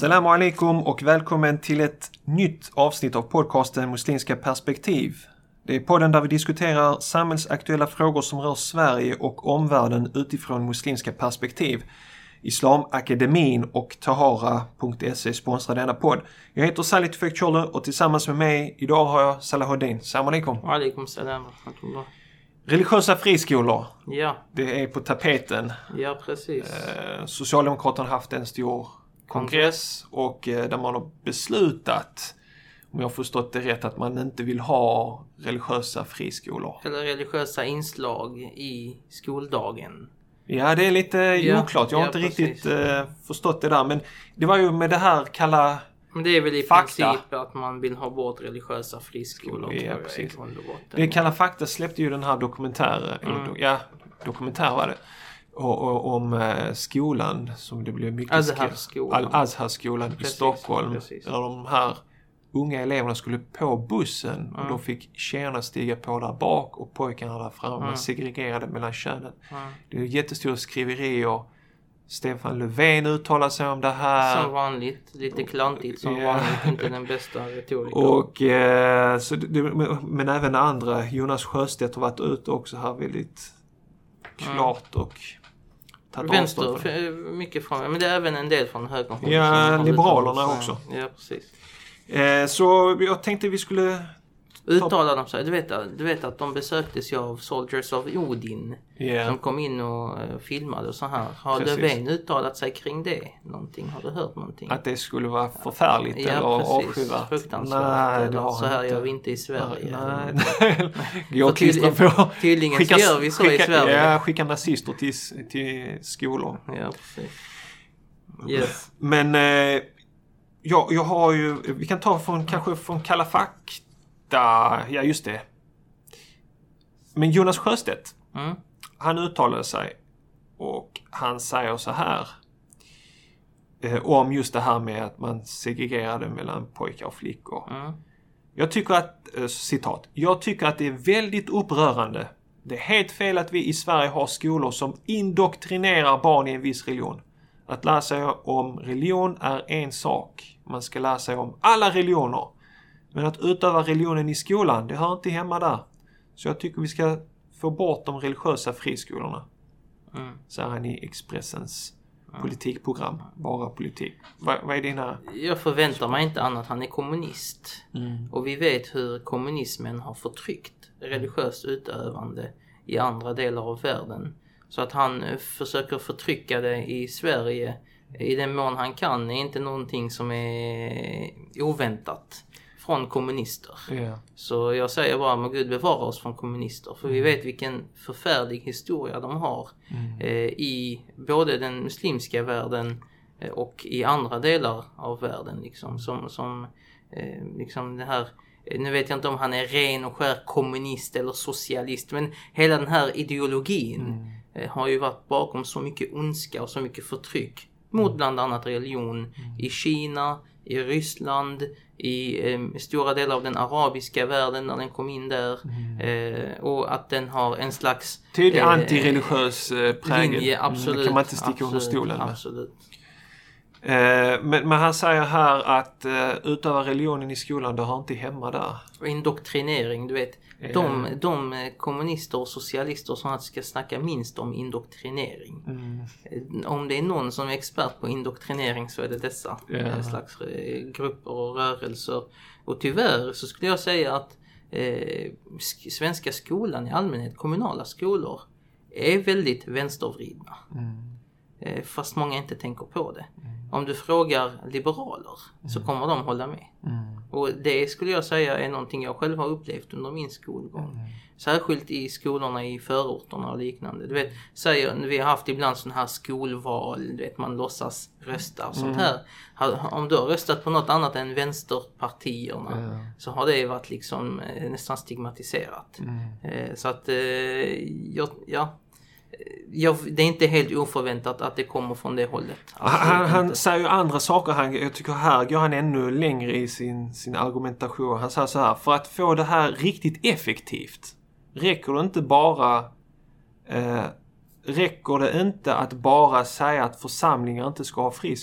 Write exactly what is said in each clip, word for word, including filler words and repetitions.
Assalamu alaikum och välkommen till ett nytt avsnitt av podcasten Muslimska perspektiv. Det är podden där vi diskuterar samhällsaktuella frågor som rör Sverige och omvärlden utifrån muslimska perspektiv. Islamakademin och Tahara punkt se sponsrar denna podd. Jag heter Salih Tufekçoğlu och tillsammans med mig idag har jag Salahuddin. Assalamu alaikum. Wa alaikum salam. Religiösa friskolor. Ja. Det är på tapeten. Ja, precis. Eh, Socialdemokraterna har haft en stor kongress och eh, där man har beslutat, om jag har förstått det rätt, att man inte vill ha religiösa friskolor. Eller religiösa inslag i skoldagen. Ja, det är lite ja, oklart. Jag har ja, inte precis. riktigt eh, förstått det där. Men det var ju med det här kalla Men det är väl i fakta. princip att man vill ha bort religiösa friskolor. Ja, tror jag, precis. i grund och botten. Det Kalla fakta släppte ju den här dokumentären. Mm. Eller, ja, dokumentär var det. Och, och, om eh, skolan som det blev mycket Azhar-skolan. Al-Azhar-skolan i Precis, Stockholm. precis. Där de här unga eleverna skulle på bussen Mm. och då fick tjejerna stiga på där bak och pojkarna där fram. Mm. Man segregerade mellan könen. Mm. Det är jättestora skriverier. Stefan Löfven uttalar sig om det här. Som vanligt. Lite klantigt som Ja. vanligt. Inte den bästa retorikern. Och, eh, så det, men även andra, Jonas Sjöstedt har varit ute också här väldigt klart och tagit avstånd Vänster, från det. f- mycket från, men det är även en del från högern. Ja, som- Liberalerna som- också. Ja, precis. Eh, så jag tänkte vi skulle... Uttalar de sig. Du vet, du vet att de besöktes ju av Soldiers of Odin. Yeah. Som kom in och uh, filmade och så här. Har Precis. Löfven uttalat sig kring det? Någonting? Har du hört någonting? Att det skulle vara förfärligt ja, eller precis. avskyvärt. Fruktansvärt. Nej, det eller, har så han här inte. gör vi inte i Sverige. Nej, nej. Jag För tydligen- klistrar på. tydligen så gör vi så i skicka, Sverige. Ja, skicka nazister till, till skolor. Ja, precis. Yes. Men eh, jag, jag har ju, vi kan ta från kanske från Kalla fakta. Ja, just det. Men Jonas Sjöstedt, Mm. han uttalade sig och han säger så här eh, om just det här med att man segregerade mellan pojkar och flickor. Mm. Jag tycker att, eh, citat, jag tycker att det är väldigt upprörande. Det är helt fel att vi i Sverige har skolor som indoktrinerar barn i en viss religion. Att lära sig om religion är en sak. Man ska lära sig om alla religioner. Men att utöva religionen i skolan, det hör inte hemma där. Så jag tycker vi ska få bort de religiösa friskolorna. Mm. Säger han i Expressens politikprogram. Bara politik. Vad, vad är dina... Jag förväntar mig inte annat. Han är kommunist. Mm. Och vi vet hur kommunismen har förtryckt religiöst utövande i andra delar av världen. Så att han eh, försöker förtrycka det i Sverige i den mån han kan är inte någonting som är oväntat från kommunister. Ja. Så jag säger bara, må Gud bevara oss från kommunister. För vi vet vilken förfärlig historia de har Mm. eh, i både den muslimska världen eh, och i andra delar av världen. Liksom, som som eh, liksom det här, eh, nu vet jag inte om han är ren och skär kommunist eller socialist. Men hela den här ideologin Mm. eh, har ju varit bakom så mycket ondska och så mycket förtryck. Mot bland annat religion Mm. i Kina, i Ryssland, i eh, stora delar av den arabiska världen när den kom in där. Mm. Eh, och att den har en slags Tydlig eh, antireligiös eh, prägel. linje, Mm, absolut. det kan man inte sticka under absolut, stolen med. absolut. Eh, men, men han säger här att eh, utöva religionen i skolan, det har inte hemma där. Och indoktrinering, du vet. Ja. De, de kommunister och socialister som ska snacka minst om indoktrinering. Mm. Eh, Om det är någon som är expert på indoktrinering så är det dessa Ja. eh, slags eh, grupper och rörelser. Och tyvärr så skulle jag säga att eh, sk- svenska skolan i allmänhet, kommunala skolor, är väldigt vänstervridna. Mm. Eh, fast många inte tänker på det. Om du frågar liberaler så kommer de hålla med. Mm. Och det skulle jag säga är någonting jag själv har upplevt under min skolgång. Mm. Särskilt i skolorna i förorterna och liknande. Du vet, säger, vi har haft ibland sån här skolval, du vet, man låtsas rösta och sånt Mm. här. Har- Om du har röstat på något annat än vänsterpartierna Ja. så har det varit liksom eh, nästan stigmatiserat. Mm. Eh, så att, eh, jag, ja, jag, det är inte helt oförväntat att det kommer från det hållet. Absolut Han, han inte. säger ju andra saker. Han, jag tycker här går han ännu längre i sin, sin argumentation. Han säger så här: för att få det här riktigt effektivt räcker det inte bara eh, räcker det inte att bara säga att församlingar inte ska ha friskolor.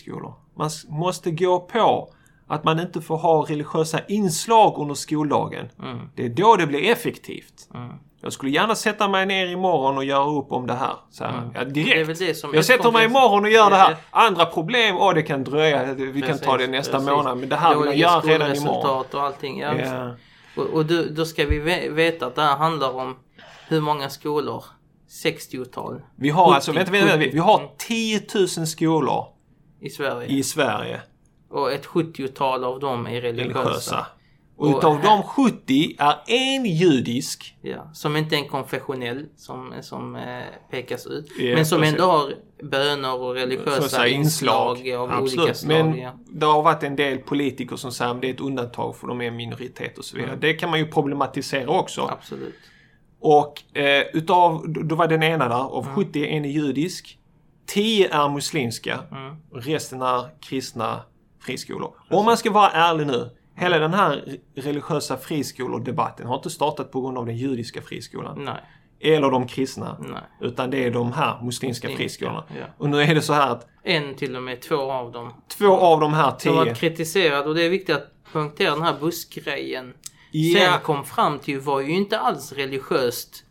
Man måste gå på att man inte får ha religiösa inslag under skoldagen. Mm. Det är då det blir effektivt. Mm. Jag skulle gärna sätta mig ner imorgon och göra upp om det här. Så här. Mm. Ja, direkt. Det det som jag sätter mig imorgon och gör det här. Andra problem, åh det kan dröja. Vi precis, kan ta det nästa precis. månad. Men det här vill jag göra redan imorgon. Och allting. Ja, yeah. Och, och då, då ska vi veta att det här handlar om hur många skolor? sextiotal. Vi har sjuttio, alltså, vänta, vänta, vänta, vi har tio tusen skolor i Sverige. I Sverige. Och ett sjuttiotal av dem är religiösa. religiösa. Och, och utav de sjuttio är en judisk. Ja, som inte är en konfessionell som, som eh, pekas ut. Ja, men som precis. ändå har böner och religiösa inslag, inslag av Absolut. olika slag. Men ja. det har varit en del politiker som säger att det är ett undantag för de är minoritet och så vidare. Mm. Det kan man ju problematisera också. Absolut. Och eh, utav, då var den ena där, av mm. sjuttio en är judisk. tio är muslimska. Mm. Och resten är kristna friskolor. Precis. Om man ska vara ärlig nu. Hela den här religiösa friskolor-debatten har inte startat på grund av den judiska friskolan. Nej. Eller de kristna. Nej. Utan det är de här muslimska Muslim, friskolorna. Ja. Och nu är det så här att... En till och med två av dem. Två av de här tio. Som var kritiserad. Och det är viktigt att poängtera den här bussgrejen. Yeah. Sen kom fram till var ju inte alls religiöst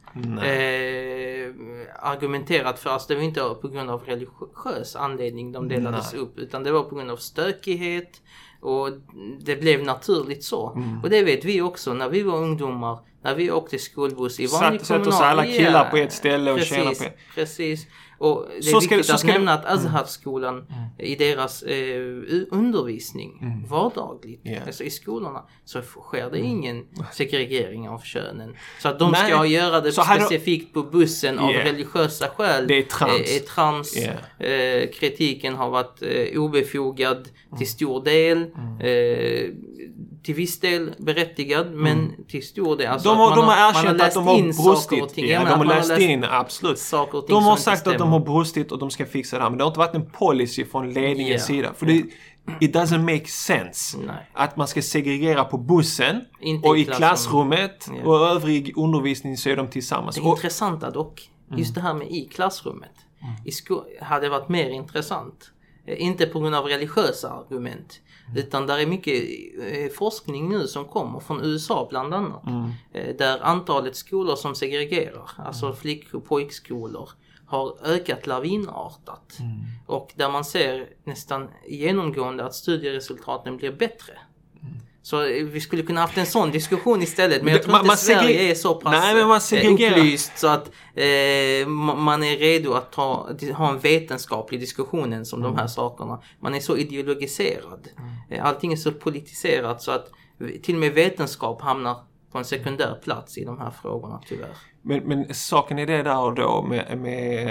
eh, argumenterat för oss. Det var inte på grund av religiös anledning de delades Nej. upp. Utan det var på grund av stökighet. Och det blev naturligt så. Mm. Och det vet vi också när vi var ungdomar. När vi åkte skolbuss i vanlig kommunal. Satt oss alla killar ja, på ett ställe och precis, tjänar på. Precis. Och det är så viktigt ska, att så nämna att Azhar-skolan mm. i deras eh, undervisning mm. vardagligt, yeah. alltså i skolorna, så sker det ingen segregering av könen. Så att de Nej. ska göra det så specifikt du... på bussen av yeah. religiösa skäl. Det är trams. Är, är trams. Yeah. Eh, kritiken har varit eh, obefogad mm. till stor del. Mm. Eh, till viss del berättigad, mm. men till stor del. Alltså de har, de har har, erkänt att de har brustit. Ja, de har läst in, absolut. De har sagt att de har brustit och de ska fixa det här. Men det har inte varit en policy från ledningens yeah. sida. För det, it doesn't make sense Nej. att man ska segregera på bussen inte och i i klassrummet yeah. och övrig undervisning så är de tillsammans. Det är intressant dock. Just det här med i klassrummet. Mm. I sko- hade varit mer intressant. Inte på grund av religiösa argument. Mm. Utan där är mycket eh, forskning nu som kommer från U S A bland annat. Mm. Eh, där antalet skolor som segregerar, mm. alltså flick- och pojkskolor, har ökat lavinartat. Mm. Och där man ser nästan genomgående att studieresultaten blir bättre. Mm. Så vi skulle kunna haft en sån diskussion istället. Men jag tror man, inte Sverige segre- är så pass Nej, men man upplyst så att eh, man är redo att ta, ha en vetenskaplig diskussion som mm. de här sakerna. Man är så ideologiserad. Mm. Allting är så politiserat så att till och med vetenskap hamnar på en sekundär plats i de här frågorna tyvärr. Men, men saken är det där och då med... med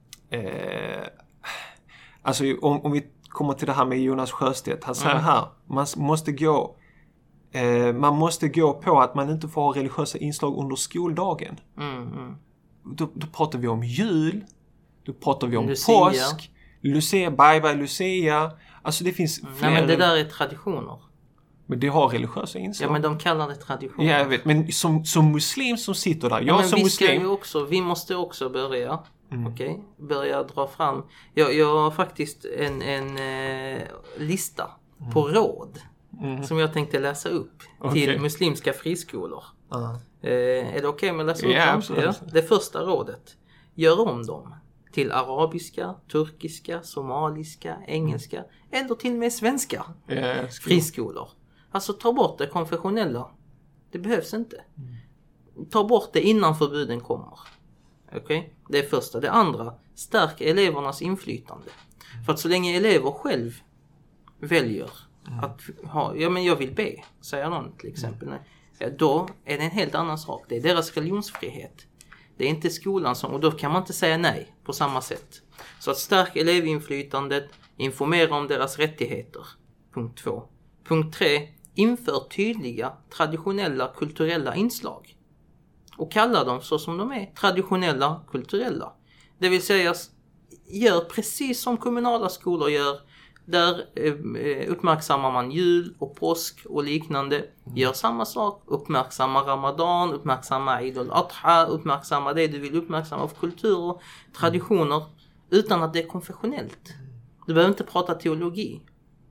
eh, alltså om, om vi kommer till det här med Jonas Sjöstedt. Han säger mm. här, man måste gå... Eh, man måste gå på att man inte får ha religiösa inslag under skoldagen. Mm, mm. Då, då pratar vi om jul. Då pratar vi om Lucia. påsk. Lucia, bye bye Lucia. Alltså det finns mm. flera... Nej, men det där är traditioner. Men det har religiösa inslag. Ja, men de kallar det traditioner. Ja, jag vet. Men som, som muslim som sitter där. Jag ja, men som vi muslim... Ska ju också, vi måste också börja. Mm. Okej, okay? Börja dra fram. Jag, jag har faktiskt en, en eh, lista mm. på råd. Mm. Som jag tänkte läsa upp okay. till muslimska friskolor. Uh-huh. Eh, är det okej okay med att läsa upp yeah, dem? Absolut. Ja, det första rådet. Gör om dem till arabiska, turkiska, somaliska, engelska mm. eller till och med svenska yeah, friskolor. Alltså ta bort det konfessionella. Det behövs inte. Mm. Ta bort det innan förbuden kommer. Okej? Okay? Det är första. Det andra. Stärk elevernas inflytande. Mm. För att så länge elever själv väljer Mm. att ha, ja men jag vill be, säger någon till exempel. Mm. Ja, då är det en helt annan sak. Det är deras religionsfrihet. Det är inte skolan som, och då kan man inte säga nej på samma sätt. Så att stärka elevinflytandet, informera om deras rättigheter. Punkt två. Punkt tre. Inför tydliga traditionella kulturella inslag. Och kalla dem så som de är. Traditionella, kulturella. Det vill säga, gör precis som kommunala skolor gör. Där eh, uppmärksammar man jul och påsk och liknande. Gör samma sak. Uppmärksamma Ramadan, uppmärksamma Eid al-Adha, uppmärksamma det du vill uppmärksamma av kultur och traditioner utan att det är konfessionellt. Du behöver inte prata teologi.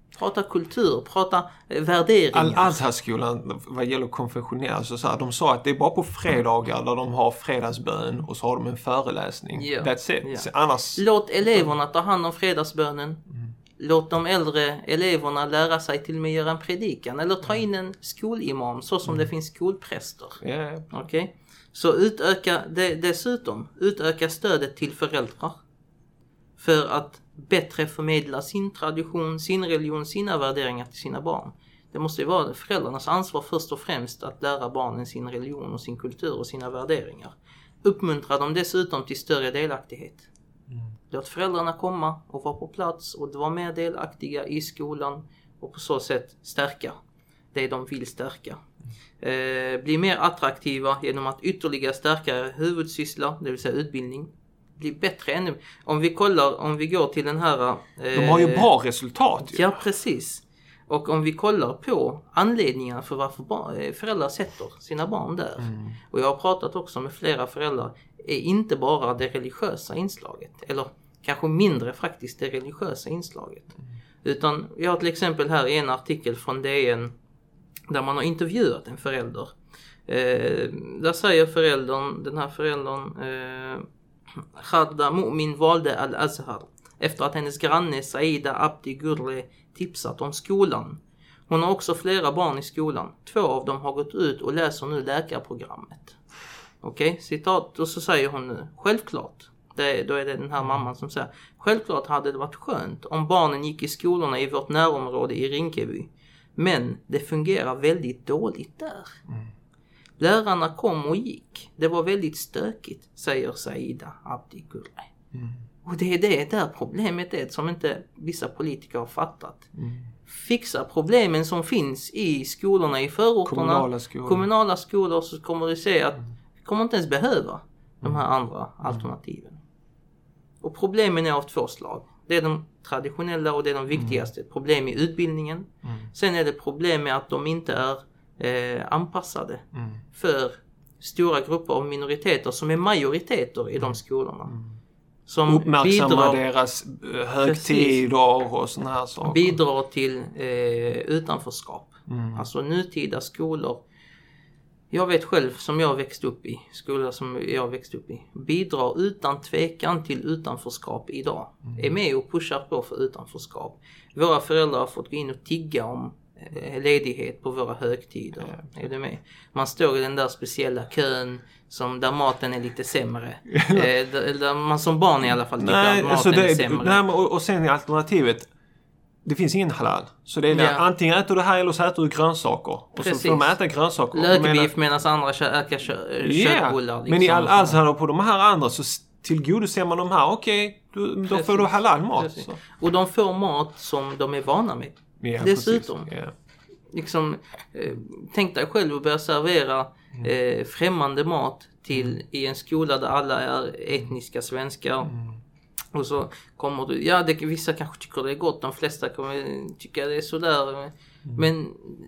Prata kultur, prata eh, värderingar. Al-Azhar-skolan vad gäller konfessionell så, så här, de sa att det är bara på fredagar där de har fredagsbön och så har de en föreläsning. Ja. That's it. Ja. Så annars... Låt eleverna ta hand om fredagsbönen. Mm. Låt de äldre eleverna lära sig till och med göra en predikan. Eller ta in en skolimam så som mm. det finns skolpräster. Yeah. Okej? Okay? Så utöka, dessutom utöka stödet till föräldrar. För att bättre förmedla sin tradition, sin religion, sina värderingar till sina barn. Det måste ju vara föräldrarnas ansvar först och främst att lära barnen sin religion och sin kultur och sina värderingar. Uppmuntra dem dessutom till större delaktighet. Mm. Låt föräldrarna komma och vara på plats och vara mer delaktiga i skolan och på så sätt stärka det de vill stärka. Mm. Eh, bli mer attraktiva genom att ytterligare stärka huvudsyssla, det vill säga utbildning. Bli bättre ännu. Om vi kollar, om vi går till den här... Eh, de har ju bra resultat. Ju. Ja, precis. Och om vi kollar på anledningarna för varför bar- föräldrar sätter sina barn där. Mm. Och jag har pratat också med flera föräldrar. Är inte bara det religiösa inslaget. Eller kanske mindre faktiskt det religiösa inslaget. Mm. Utan jag har till exempel här en artikel från D N. Där man har intervjuat en förälder. Eh, där säger föräldern, den här föräldern... Eh, Khadda Mu'min valde Al-Azhar efter att hennes granne Saida Abdi Gurre tipsat om skolan. Hon har också flera barn i skolan. Två av dem har gått ut och läser nu läkarprogrammet. Okej, okay, citat. Och så säger hon nu, självklart. Det, då är det den här mamman som säger, självklart hade det varit skönt om barnen gick i skolorna i vårt närområde i Rinkeby. Men det fungerar väldigt dåligt där. Mm. Lärarna kom och gick. Det var väldigt stökigt, säger Saida Abdi Gurre. Mm. Och det är det där problemet är som inte vissa politiker har fattat. Mm. Fixa problemen som finns i skolorna i förorterna. Kommunala skolor. Kommunala skolor så kommer du se att vi kommer inte ens behöva mm. de här andra mm. alternativen. Och problemen är av två slag. Det är de traditionella och det är de viktigaste. Mm. Problem i utbildningen. Mm. Sen är det problem med att de inte är Eh, anpassade mm. för stora grupper av minoriteter som är majoriteter i de skolorna. Mm. Som uppmärksamma bidrar, deras högtider och såna här saker. Bidrar till eh, utanförskap. Mm. Alltså nutida skolor. Jag vet själv som jag växt upp i, skolor som jag växt upp i, bidrar utan tvekan till utanförskap idag. Mm. Är med och pushar på för utanförskap. Våra föräldrar har fått gå in och tigga om ledighet på våra högtider. Ja. Är du med? Man står i den där speciella kön som där maten är lite sämre. eh, där, där man som barn i alla fall tycker nej, att maten alltså det, är sämre. Nej, och, och sen i alternativet det finns ingen halal. Så det är ja. Antingen äter du här eller så äter du grönsaker. Och precis. Så får de äta grönsaker. Lökbiff medan andra äter kö- yeah. köttbullar. Liksom. Men i all, alltså på de här andra så tillgodoser man de här. Okej, okay, då får du halal mat. Och de får mat som de är vana med. Yeah, dessutom yeah. liksom eh, tänk dig själv att börja servera eh, främmande mat till mm. i en skola där alla är etniska svenskar mm. och så kommer du, ja det, vissa kanske tycker det är gott, de flesta kommer tycka det är sådär mm. men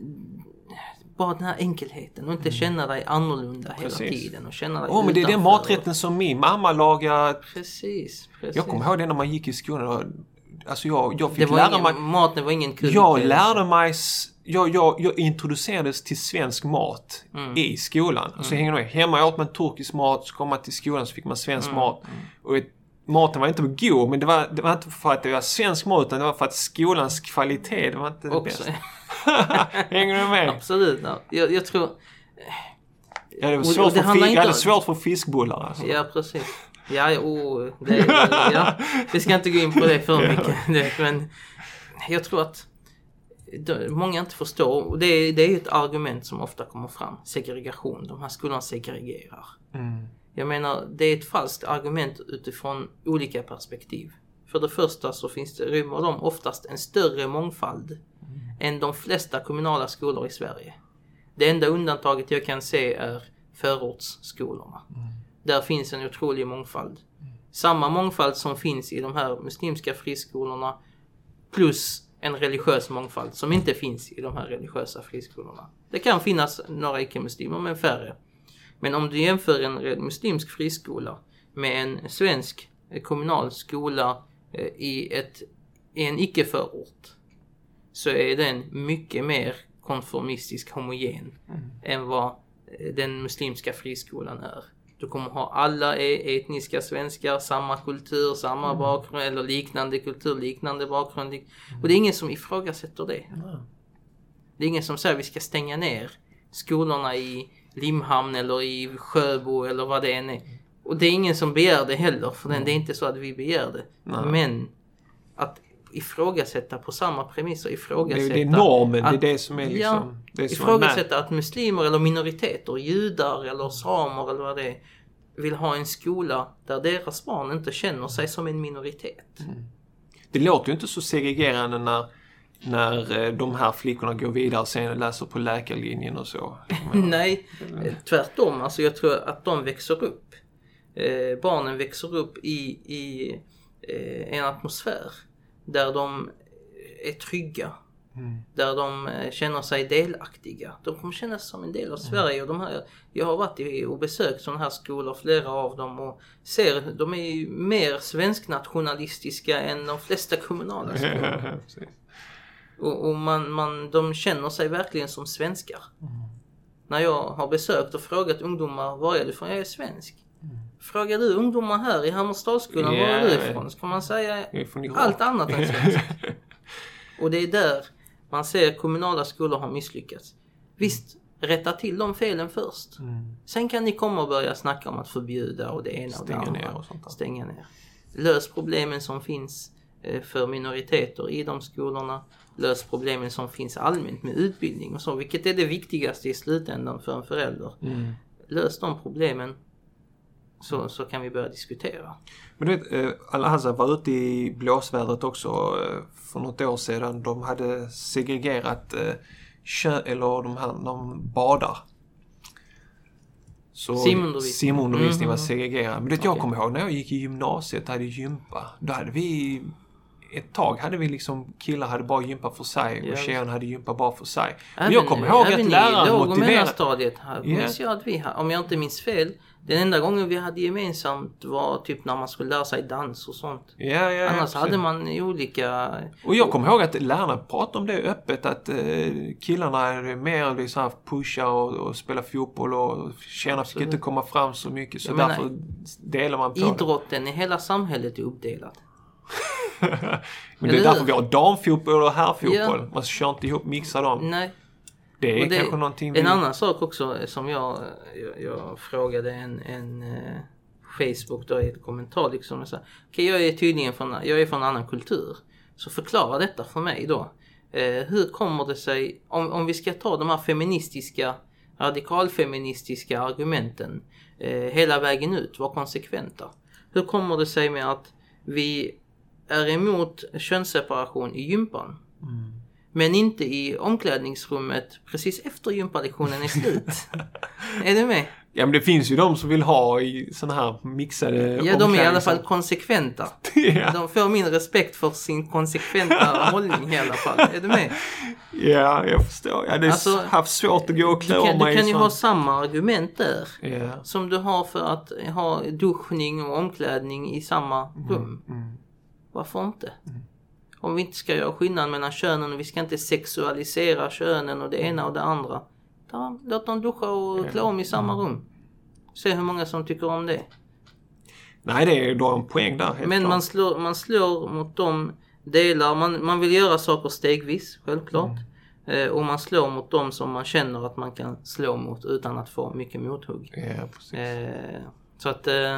bara den här enkelheten och inte mm. känna dig annorlunda hela precis. Tiden och känna dig oh, men det är den maträtten som min mamma lagar. Precis, precis. Jag kommer ihåg det när man gick i skolan. Alltså jag, jag fick det var lära ingen, mig... Maten var ingen kul. Jag lärde mig... Jag, jag, jag introducerades till svensk mat mm. i skolan. Mm. Så hänger med. Hemma åt man turkisk mat, så kom man till skolan så fick man svensk mm. mat. Mm. Och ett, maten var inte god, men det var, det var inte för att det var svensk mat, utan det var för att skolans kvalitet det var inte det också. Bästa. Hänger du med? Absolut. Ja. Jag, jag tror... Ja, det var svårt, och, och det för, fisk, inte... hade svårt för fiskbullar. Alltså. Ja, precis. Ja, oh, det, ja, vi ska inte gå in på det för mycket. Det, men jag tror att många inte förstår. Och det, det är ett argument som ofta kommer fram. Segregation. De här skolorna segregerar. Mm. Jag menar, det är ett falskt argument utifrån olika perspektiv. För det första så finns det rymmer de oftast en större mångfald mm. än de flesta kommunala skolor i Sverige. Det enda undantaget jag kan se är förortsskolorna. Mm. Där finns en otrolig mångfald. Mm. Samma mångfald som finns i de här muslimska friskolorna plus en religiös mångfald som inte finns i de här religiösa friskolorna. Det kan finnas några icke-muslimer men färre. Men om du jämför en muslimsk friskola med en svensk kommunal skola i, ett, i en icke-förort så är den mycket mer konformistisk, homogen mm. än vad den muslimska friskolan är. Du kommer ha alla etniska svenskar, samma kultur, samma mm. bakgrund eller liknande kultur, liknande bakgrund. Mm. Och det är ingen som ifrågasätter det. Mm. Det är ingen som säger att vi ska stänga ner skolorna i Limhamn eller i Sjöbo eller vad det än är. Och det är ingen som begär det heller, för mm. det är inte så att vi begär det. Mm. Men att ifrågasätta på samma premisser, ifrågasätta... Det är, det är normen, att, det är det som är liksom... Ja, det är som ifrågasätta att muslimer eller minoriteter, judar eller samer eller vad det är, vill ha en skola där deras barn inte känner sig som en minoritet. Mm. Det låter ju inte så segregerande när, när de här flickorna går vidare och sen läser på läkarlinjen och så. Nej, tvärtom. Alltså jag tror att de växer upp. Eh, barnen växer upp i, i eh, en atmosfär där de är trygga. Mm. Där de känner sig delaktiga. De kommer känna sig som en del av Sverige. Mm. Och de här, jag har varit i och besökt sådana här skolor, flera av dem, och ser, de är mer svensknationalistiska än de flesta kommunala skolor. och och man, man, de känner sig verkligen som svenskar. Mm. När jag har besökt och frågat ungdomar, var är du från? Jag är svensk. Mm. Frågar du ungdomar här i Hammarstadsskolan, yeah. var är du ifrån? Så kan man säga allt annat än svensk. Och det är där man ser kommunala skolor har misslyckats. Visst, rätta till de felen först. Mm. Sen kan ni komma och börja snacka om att förbjuda och det ena och det andra. Ner och sånt. Stänga ner. Lös problemen som finns för minoriteter i de skolorna. Lös problemen som finns allmänt med utbildning och så. Vilket är det viktigaste i slutändan för en förälder. Mm. Lös de problemen. Så, så kan vi börja diskutera. Men du vet, Al-Azhar var ute i blåsvädret också för något år sedan. De hade segregerat kö, eller de här, de badar. Så simundervisning. Simundervisning mm-hmm. var segregerad. Men det okay. jag kommer ihåg när jag gick i gymnasiet hade gympa. Då hade vi... Ett tag hade vi liksom, killar hade bara gympa för sig och ja. Tjejerna hade gympa bara för sig. Även, men jag kommer ihåg att läraren motiverade... Även i mellanstadiet här, yeah. minns jag att vi har, om jag inte minns fel, den enda gången vi hade gemensamt var typ när man skulle lära sig dans och sånt. Ja, ja, Annars ja, hade man olika... Och jag kommer ihåg att lärarna pratade om det öppet, att eh, killarna är mer liksom pusha och, och spela fotboll och tjejerna fick inte komma fram så mycket, så jag därför menar, delar man på idrotten i hela samhället är uppdelad. Men det är därför vi har damfotboll och herrfotboll. Ja. Man kör inte ihop, mixa dem. Nej. Det är det, kanske någonting... En vi... annan sak också som jag, jag, jag frågade en, en uh, Facebook då i ett kommentar liksom. Okej, okay, jag är tydligen från, jag är från en annan kultur. Så förklara detta för mig då. Uh, hur kommer det sig, om, om vi ska ta de här feministiska, radikalfeministiska argumenten uh, hela vägen ut, var konsekventa. Hur kommer det sig med att vi är emot könsseparation i gympan. Mm. Men inte i omklädningsrummet precis efter gympalektionen är slut. Är du med? Ja, men det finns ju de som vill ha i såna här mixade... Ja, de är i alla fall konsekventa. Ja. De får min respekt för sin konsekventa hållning i alla fall. Är du med? Ja, jag förstår. Jag hade alltså, haft svårt att gå och klä om mig. Du kan ju sån... ha samma argument där. Ja. Som du har för att ha duschning och omklädning i samma rum. Mm, mm. Varför inte? Mm. Om vi inte ska göra skillnad mellan könen och vi ska inte sexualisera könen och det ena och det andra. Ta, låt dem duscha och klä om i samma rum. Se hur många som tycker om det. Nej, det är då en poäng där. Men man slår, man slår mot de delar. Man, man vill göra saker stegvis, självklart. Mm. Eh, och man slår mot dem som man känner att man kan slå mot utan att få mycket mothugg. Ja, precis. Eh, så att... Eh,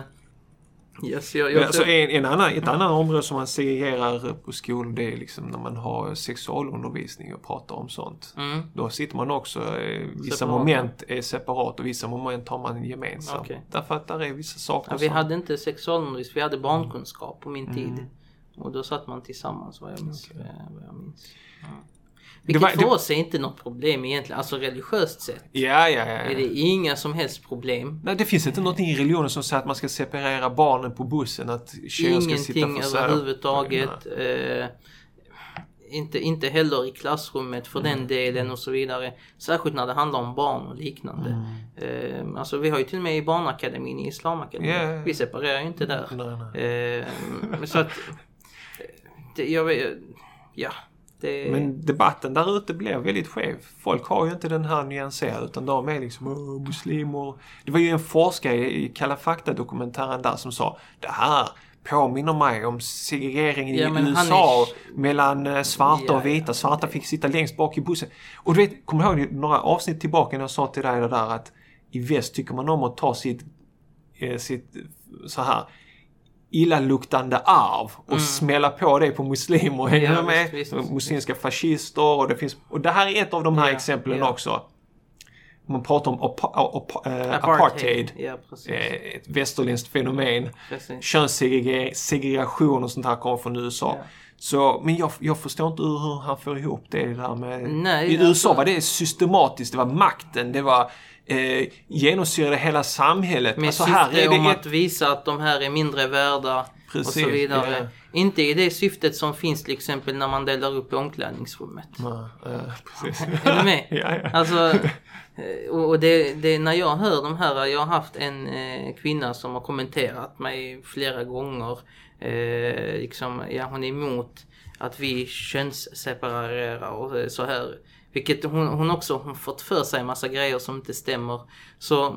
Yes, jag, jag alltså en, en annan, ett annat område som man segregerar på skolor, det är liksom när man har sexualundervisning och pratar om sånt. Mm. Då sitter man också, eh, vissa separat. moment är separat och vissa moment har man gemensamt. Okay. Därför att där är vissa saker ja, vi som... hade inte sexualundervisning, vi hade barnkunskap på min tid. Mm. Och då satt man tillsammans vad jag minns. Okay. Vad jag minns. Ja. Vilket var, för oss är inte något problem egentligen, alltså religiöst sett. Ja, ja, ja. Är det inga som helst problem. Nej, det finns inte någonting i religionen som säger att man ska separera barnen på bussen, att tjejer ska sitta för sig. Ingenting överhuvudtaget. Eh, inte, inte heller i klassrummet för mm. den delen och så vidare. Särskilt när det handlar om barn och liknande. Mm. Eh, alltså vi har ju till och med i barnakademin, i islamakademin. Yeah. Vi separerar ju inte där. Nej, nej. Eh, så att... Det, jag vet... Ja... det... Men debatten där ute blev väldigt skev. Folk har ju inte den här nyanserade utan de är liksom Åh, muslimer. Det var ju en forskare i Kalla fakta-dokumentären där som sa det här påminner mig om segregeringen ja, i U S A är... mellan svarta ja, och vita. Svarta fick sitta längst bak i bussen. Och du vet, kommer du ihåg några avsnitt tillbaka när jag sa till dig det där att i väst tycker man om att ta sitt, eh, sitt så här illaluktande arv och mm. smälla på det på muslimer. Ja, med visst, visst, muslimska visst. fascister och det finns och det här är ett av de här ja, exemplen ja. också. Man pratar om op- op- äh, apartheid. apartheid. Ja, ett västerländskt fenomen. Könssegregation och sånt här kommer från U S A. Ja. Så, men jag, jag förstår inte hur han får ihop det där med... Nej, I U S A alltså... var det systematiskt. Det var makten. Det var eh, genomsyrade hela samhället. Med alltså, syfte här är det om ett... att visa att de här är mindre värda. Precis, och så vidare. Ja. Inte i det syftet som finns till exempel när man delar upp omklädningsrummet. Ja, äh, precis. Är du med? ja, ja. Alltså, och det, det, när jag hör de här, jag har haft en eh, kvinna som har kommenterat mig flera gånger. Eh, liksom, ja, hon är emot att vi könsseparerar och så här. Vilket hon, hon också har fått för sig en massa grejer som inte stämmer. Så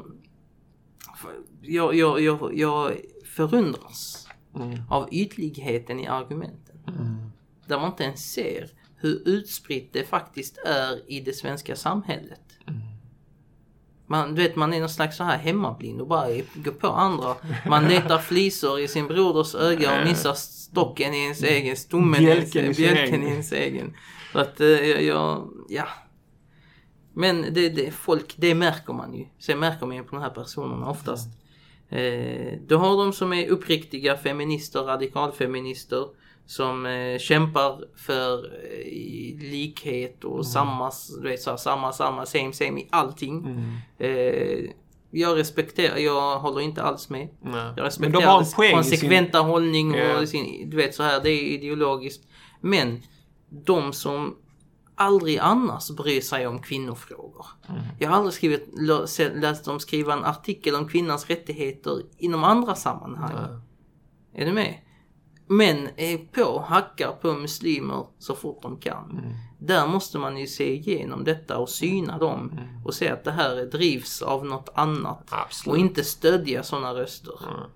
jag, jag, jag, jag förundras. Mm. Av ytligheten i argumenten. Mm. Där man inte ens ser hur utspritt det faktiskt är i det svenska samhället. Mm. Man, du vet, man är någon slags så här hemmablind och bara går på andra. Man letar flisor i sin broders öga och missar stocken i ens egen, stommen bjälken i ens, bjälken i ens egen. Så att jag, jag ja. Men det, det, folk, det märker man ju. Sen märker man ju på de här personerna oftast. Mm. Eh, du har de som är uppriktiga feminister, radikalfeminister som eh, kämpar för eh, likhet och mm. samma, du vet, så, samma, samma, same, same i allting. Mm. Eh, jag respekterar, jag håller inte alls med. Nej. Jag respekterar konsekventa sin... hållning och yeah. sin, du vet så här, det är ideologiskt. Men de som aldrig annars bryr sig om kvinnofrågor. Mm. Jag har aldrig skrivit, läst dem skriva en artikel om kvinnans rättigheter inom andra sammanhang. Mm. Är du med? Men är på, hackar på muslimer så fort de kan. Mm. Där måste man ju se igenom detta och syna dem. Mm. Och se att det här drivs av något annat. Absolut. Och inte stödja sådana röster. Mm.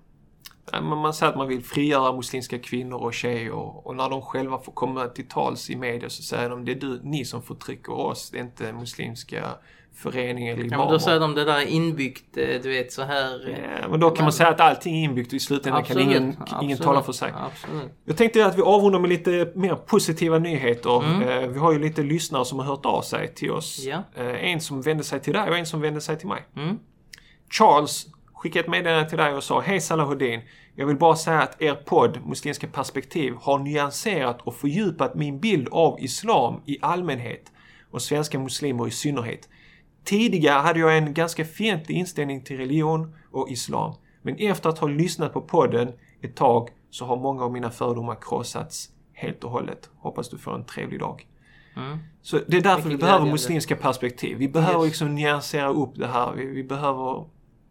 Man säger att man vill frigöra muslimska kvinnor och tjejer och när de själva får komma till tals i media så säger de det är du, ni som förtrycker oss, det är inte muslimska föreningar eller imamer. Ja, men då säger de det där är inbyggt, du vet så här. Ja, men då kan man, man säga att allting är inbyggt och i slutändan kan ingen, ingen tala för sig. Absolut. Jag tänkte att vi avrundar med lite mer positiva nyheter. Mm. Vi har ju lite lyssnare som har hört av sig till oss. Ja. En som vände sig till dig och en som vände sig till mig. Mm. Charles skickade ett meddelande till dig och sa hej Salahuddin, jag vill bara säga att er podd Muslimska perspektiv har nyanserat och fördjupat min bild av islam i allmänhet och svenska muslimer i synnerhet. Tidigare hade jag en ganska fientlig inställning till religion och islam, men efter att ha lyssnat på podden ett tag så har många av mina fördomar krossats helt och hållet. Hoppas du får en trevlig dag. Mm. Så det är därför vi behöver muslimska perspektiv. Vi behöver yes. liksom nyansera upp det här. Vi, vi behöver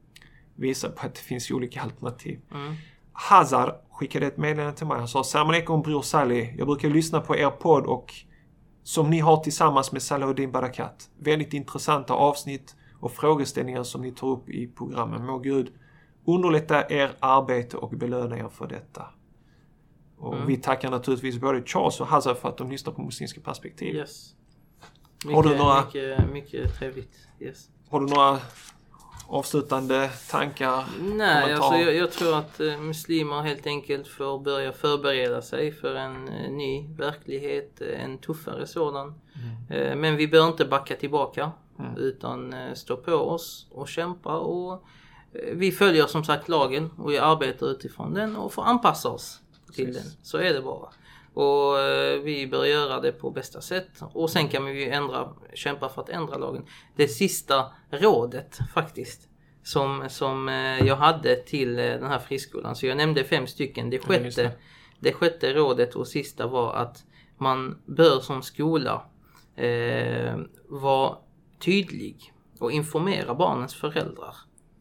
visa på att det finns olika alternativ. Mm. Hazar skickade ett meddelande till mig. Han sa, Salam alaikum bror Salih. Jag brukar lyssna på er podd och som ni har tillsammans med Salahuddin Barakat. Väldigt intressanta avsnitt och frågeställningar som ni tar upp i programmen. Må Gud underlätta er arbete och belöna er för detta. Och mm. vi tackar naturligtvis både Charles och Hazar för att de lyssnar på muslimska perspektiv. Yes. Mycket, har du några, mycket, mycket trevligt. Yes. Har du några avslutande tankar? Nej, alltså jag, jag tror att eh, muslimer helt enkelt får börja förbereda sig för en eh, ny verklighet, en tuffare sådan. Mm. Eh, men vi bör inte backa tillbaka mm. utan eh, stå på oss och kämpa och eh, vi följer som sagt lagen och vi arbetar utifrån den och får anpassa oss till Precis. den. Så är det bara. Och eh, vi bör göra det på bästa sätt. Och sen kan vi ju ändra, kämpa för att ändra lagen. Det sista rådet faktiskt som, som eh, jag hade till eh, den här friskolan. Så jag nämnde fem stycken. Det sjätte, det. det sjätte rådet och sista var att man bör som skola eh, vara tydlig och informera barnens föräldrar.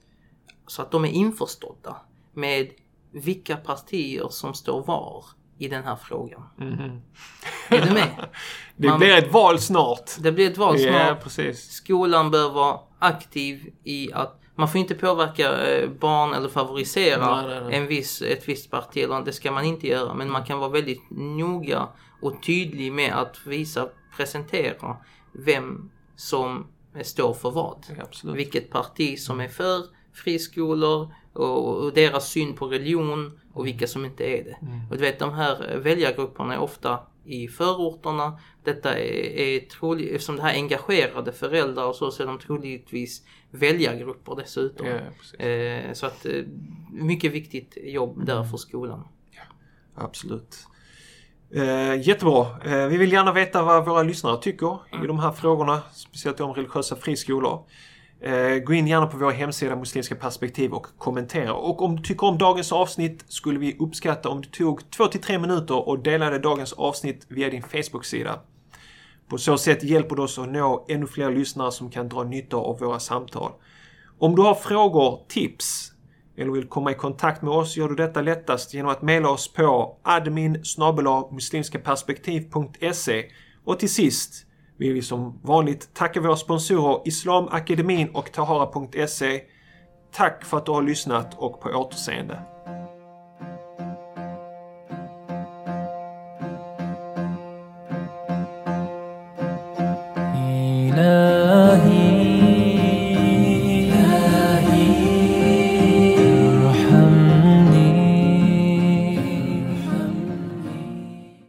Så att de är införstådda med vilka partier som står var i den här frågan. Mm-hmm. Är du med? Det Man, blir ett val snart. Det blir ett val snart. Ja, precis. Skolan bör vara aktiv i att man får inte påverka eh, barn eller favorisera nej, nej, nej. En viss, ett visst parti. Eller det ska man inte göra. Men man kan vara väldigt noga och tydlig med att visa, presentera vem som står för vad. Ja, absolut. Vilket parti som är för friskolor och, och deras syn på religion och vilka som inte är det. Mm. Och du vet, de här väljargrupperna är ofta i förorterna. Detta är, är troligt, eftersom det här engagerade föräldrar och så, så är de troligtvis väljargrupper dessutom. Ja, eh, så att eh, mycket viktigt jobb där för skolan. Ja, absolut. Eh, jättebra. Eh, vi vill gärna veta vad våra lyssnare tycker i de här frågorna, speciellt om religiösa friskolor. Eh, gå in gärna på vår hemsida Muslimska perspektiv och kommentera. Och om du tycker om dagens avsnitt skulle vi uppskatta om du tog två till tre minuter och delade dagens avsnitt via din Facebook-sida. På så sätt hjälper du oss att nå ännu fler lyssnare som kan dra nytta av våra samtal. Om du har frågor, tips eller vill komma i kontakt med oss gör du detta lättast genom att mejla oss på admin snabel-a muslimskaperspektiv punkt se. Och till sist vill vi som vanligt tacka våra sponsorer Islamakademin och tahara punkt se. Tack för att du har lyssnat och på återseende.